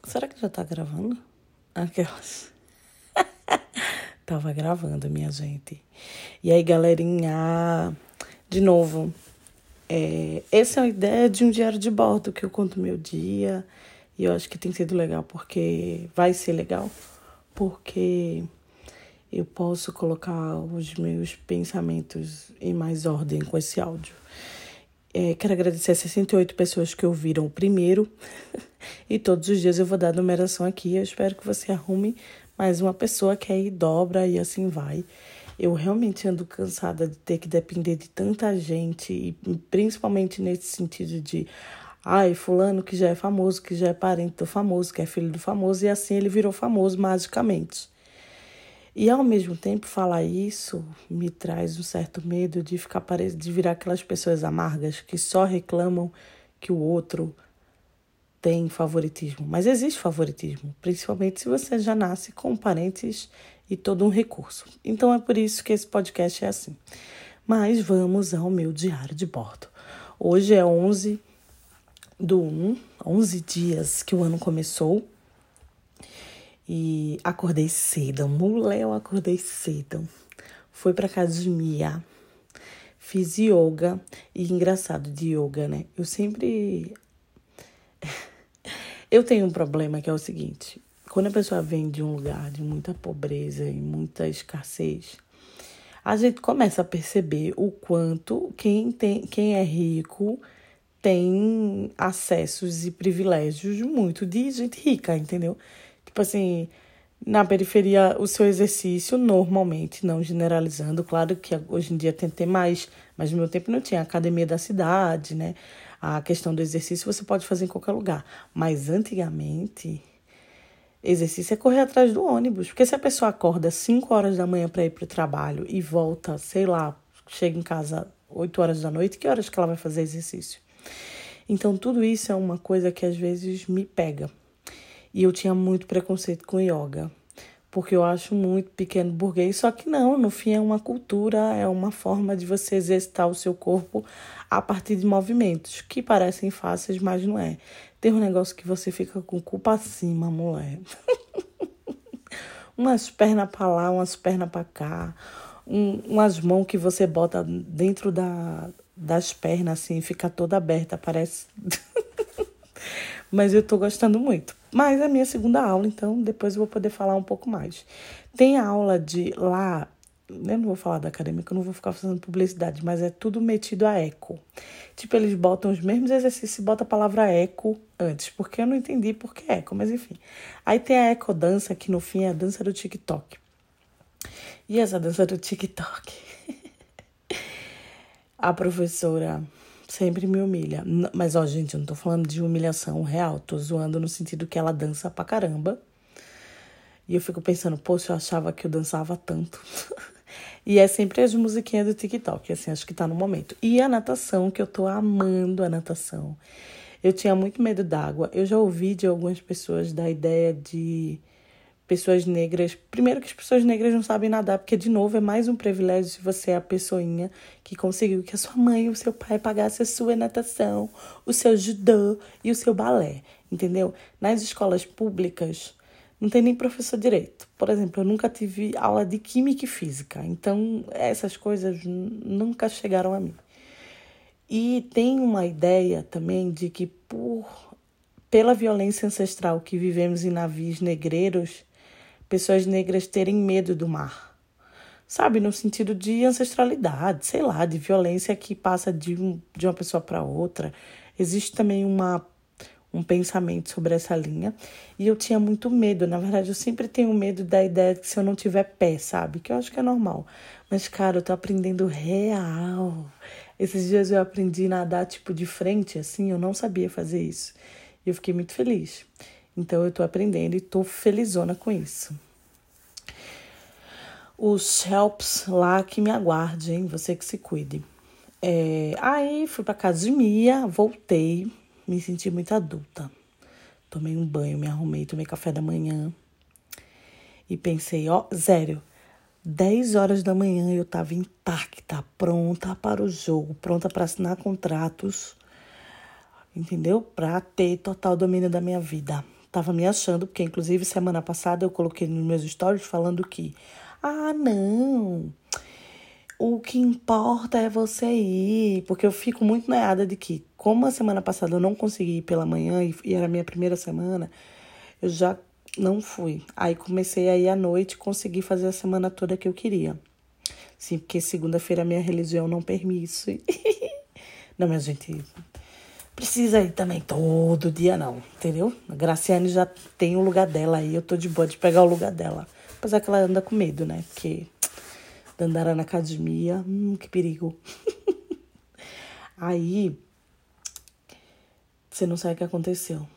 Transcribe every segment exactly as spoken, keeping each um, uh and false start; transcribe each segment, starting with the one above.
Será que já tá gravando? Aquelas. Tava gravando, minha gente. E aí, galerinha, de novo, é, essa é a ideia de um diário de bordo que eu conto meu dia. E eu acho que tem sido legal, porque vai ser legal, porque eu posso colocar os meus pensamentos em mais ordem com esse áudio. É, quero agradecer a sessenta e oito pessoas que ouviram o primeiro. E todos os dias eu vou dar a numeração aqui. Eu espero que você arrume mais uma pessoa que aí dobra e assim vai. Eu realmente ando cansada de ter que depender de tanta gente. E principalmente nesse sentido de... Ai, fulano que já é famoso, que já é parente do famoso, que é filho do famoso. E assim ele virou famoso magicamente. E, ao mesmo tempo, falar isso me traz um certo medo de ficar pare... de virar aquelas pessoas amargas que só reclamam que o outro tem favoritismo. Mas existe favoritismo, principalmente se você já nasce com parentes e todo um recurso. Então, é por isso que esse podcast é assim. Mas vamos ao meu diário de bordo. Hoje é onze do um, onze dias que o ano começou. E acordei cedo, mulher, eu acordei cedo. Fui pra academia, fiz yoga. E engraçado de yoga, né? Eu sempre... eu tenho um problema que é o seguinte. Quando a pessoa vem de um lugar de muita pobreza e muita escassez, a gente começa a perceber o quanto quem, tem, quem é rico tem acessos e privilégios muito de gente rica, entendeu? Tipo assim, na periferia, o seu exercício, normalmente, não generalizando, claro que hoje em dia tem que ter mais, mas no meu tempo não tinha a academia da cidade, né? A questão do exercício você pode fazer em qualquer lugar. Mas antigamente, exercício é correr atrás do ônibus. Porque se a pessoa acorda cinco horas da manhã para ir para o trabalho e volta, sei lá, chega em casa oito horas da noite, que horas que ela vai fazer exercício? Então, tudo isso é uma coisa que às vezes me pega. E eu tinha muito preconceito com yoga, porque eu acho muito pequeno burguês, só que não, no fim é uma cultura, é uma forma de você exercitar o seu corpo a partir de movimentos, que parecem fáceis, mas não é. Tem um negócio que você fica com o cu pra cima, mulher. Umas pernas pra lá, umas pernas pra cá, um, umas mãos que você bota dentro da, das pernas, assim, fica toda aberta, parece... Mas eu tô gostando muito. Mas é a minha segunda aula, então depois eu vou poder falar um pouco mais. Tem aula de lá, eu não vou falar da acadêmica, eu não vou ficar fazendo publicidade, mas é tudo metido a eco. Tipo, eles botam os mesmos exercícios e botam a palavra eco antes, porque eu não entendi por que eco, mas enfim. Aí tem a ecodança, que no fim é a dança do TikTok. E essa dança do TikTok, a professora... sempre me humilha. Mas, ó, gente, eu não tô falando de humilhação real. Tô zoando no sentido que ela dança pra caramba. E eu fico pensando, poxa, eu achava que eu dançava tanto. E é sempre as musiquinhas do TikTok, assim, acho que tá no momento. E a natação, que eu tô amando a natação. Eu tinha muito medo d'água. Eu já ouvi de algumas pessoas da ideia de... pessoas negras... Primeiro que as pessoas negras não sabem nadar, porque, de novo, é mais um privilégio se você é a pessoinha que conseguiu que a sua mãe e o seu pai pagassem a sua natação, o seu judô e o seu balé, entendeu? Nas escolas públicas, não tem nem professor direito. Por exemplo, eu nunca tive aula de química e física, então essas coisas nunca chegaram a mim. E tem uma ideia também de que, por, pela violência ancestral que vivemos em navios negreiros, pessoas negras terem medo do mar. Sabe, no sentido de ancestralidade, sei lá, de violência que passa de, um, de uma pessoa para outra. Existe também uma, um pensamento sobre essa linha. E eu tinha muito medo. Na verdade, eu sempre tenho medo da ideia de que se eu não tiver pé, sabe? Que eu acho que é normal. Mas, cara, eu tô aprendendo real. Esses dias eu aprendi a nadar, tipo, de frente, assim. Eu não sabia fazer isso. E eu fiquei muito feliz. Então, eu tô aprendendo e tô felizona com isso. Os helps lá que me aguardem, você que se cuide. É, aí, fui pra academia, voltei, me senti muito adulta. Tomei um banho, me arrumei, tomei café da manhã. E pensei, ó, sério, dez horas da manhã eu tava intacta, pronta para o jogo, pronta para assinar contratos, entendeu? Pra ter total domínio da minha vida. tava me achando, porque inclusive semana passada eu coloquei nos meus stories falando que, ah, não, o que importa é você ir, porque eu fico muito noiada de que, como a semana passada eu não consegui ir pela manhã e, e era a minha primeira semana, eu já não fui. Aí comecei a ir à noite e consegui fazer a semana toda que eu queria. Sim, porque segunda-feira a minha religião não permite. Não, minha gente, precisa ir também todo dia não, entendeu? A Graciane já tem o lugar dela aí, eu tô de boa de pegar o lugar dela. Apesar que ela anda com medo, né? Porque andar na academia, hum, que perigo. Aí, você não sabe o que aconteceu.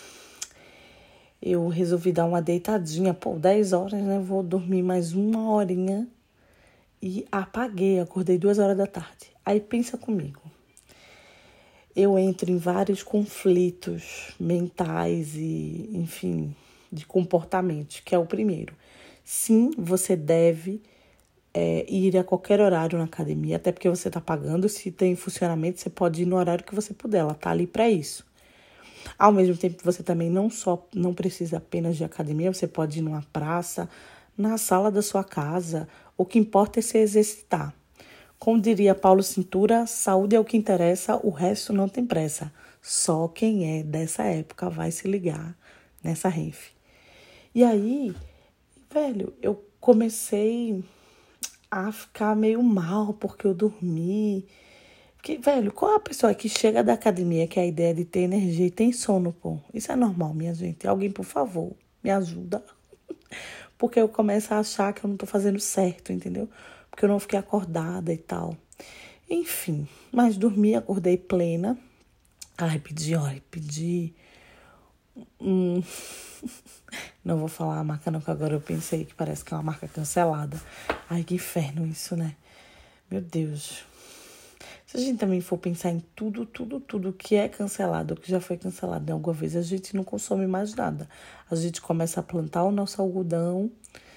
Eu resolvi dar uma deitadinha, pô, dez horas, né? Vou dormir mais uma horinha. E apaguei, acordei duas horas da tarde. Aí pensa comigo. Eu entro em vários conflitos mentais e, enfim, de comportamento, que é o primeiro. Sim, você deve é, ir a qualquer horário na academia, até porque você está pagando. Se tem funcionamento, você pode ir no horário que você puder, ela está ali para isso. Ao mesmo tempo, você também não só não precisa apenas de academia, você pode ir numa praça, na sala da sua casa. O que importa é se exercitar. Como diria Paulo Cintura, saúde é o que interessa, o resto não tem pressa. Só quem é dessa época vai se ligar nessa renfe. E aí, velho, eu comecei a ficar meio mal porque eu dormi. Porque, velho, qual é a pessoa que chega da academia que é a ideia de ter energia e tem sono, pô? Isso é normal, minha gente. Alguém, por favor, me ajuda. Porque eu começo a achar que eu não tô fazendo certo, entendeu? Porque eu não fiquei acordada e tal. Enfim, mas dormi, acordei plena. Ai, pedi, olha, pedi... Hum... Não vou falar a marca não, que agora eu pensei que parece que é uma marca cancelada. Ai, que inferno isso, né? Meu Deus. Se a gente também for pensar em tudo, tudo, tudo que é cancelado, que já foi cancelado em alguma vez, a gente não consome mais nada. A gente começa a plantar o nosso algodão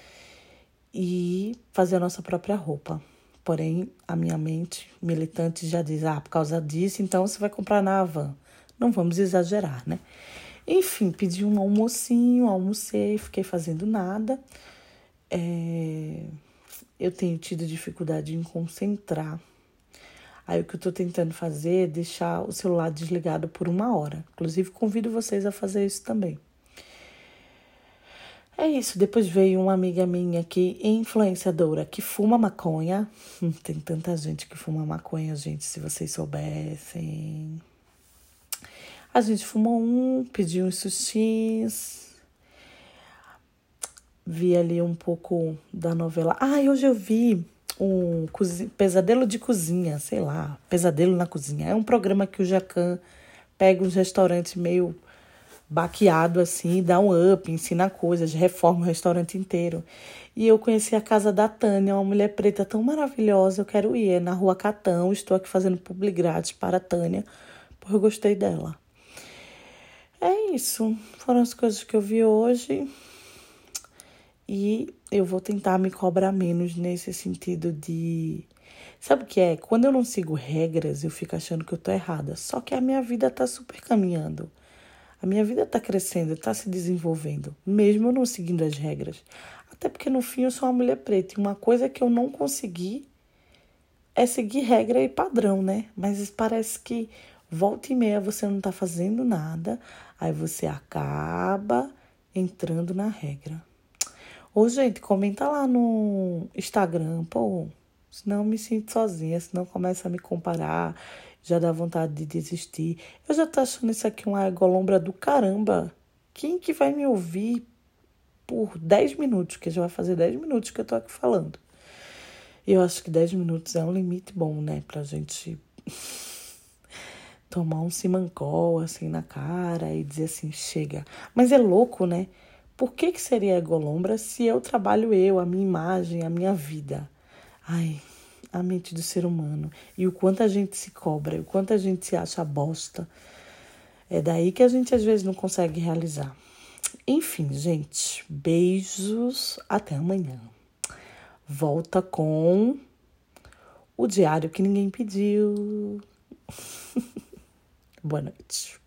e fazer a nossa própria roupa. Porém, a minha mente militante já diz, ah, por causa disso, então você vai comprar na Havan. Não vamos exagerar, né? Enfim, pedi um almocinho, almocei, fiquei fazendo nada. É... Eu tenho tido dificuldade em concentrar. Aí o que eu tô tentando fazer é deixar o celular desligado por uma hora. Inclusive, convido vocês a fazer isso também. É isso, depois veio uma amiga minha aqui, influenciadora, que fuma maconha. Tem tanta gente que fuma maconha, gente, se vocês soubessem. A gente fumou um, pediu uns sushis. Vi ali um pouco da novela. Ah, hoje eu vi um cozi... Pesadelo de Cozinha, sei lá, Pesadelo na Cozinha. É um programa que o Jacan pega uns restaurantes meio baqueado assim, dá um up, ensina coisas, reforma o restaurante inteiro. E eu conheci a casa da Tânia, uma mulher preta tão maravilhosa, eu quero ir. É na Rua Catão, estou aqui fazendo publi grátis para a Tânia, porque eu gostei dela. É isso, foram as coisas que eu vi hoje. E eu vou tentar me cobrar menos nesse sentido de... Sabe o que é? Quando eu não sigo regras, eu fico achando que eu tô errada. Só que a minha vida tá super caminhando. A minha vida tá crescendo, tá se desenvolvendo. Mesmo eu não seguindo as regras. Até porque no fim eu sou uma mulher preta. E uma coisa que eu não consegui é seguir regra e padrão, né? Mas parece que volta e meia você não tá fazendo nada. Aí você acaba entrando na regra. Ô, gente, comenta lá no Instagram, pô, senão eu me sinto sozinha, senão começa a me comparar, já dá vontade de desistir. Eu já tô achando isso aqui uma egolombra do caramba. Quem que vai me ouvir por dez minutos, que já vai fazer dez minutos que eu tô aqui falando. Eu acho que dez minutos é um limite bom, né, pra gente tomar um simancol assim na cara e dizer assim, chega. Mas é louco, né? Por que que seria egolombra se eu trabalho eu, a minha imagem, a minha vida? Ai, a mente do ser humano. E o quanto a gente se cobra, o quanto a gente se acha bosta. É daí que a gente às vezes não consegue realizar. Enfim, gente, beijos, até amanhã. Volta com o diário que ninguém pediu. Boa noite.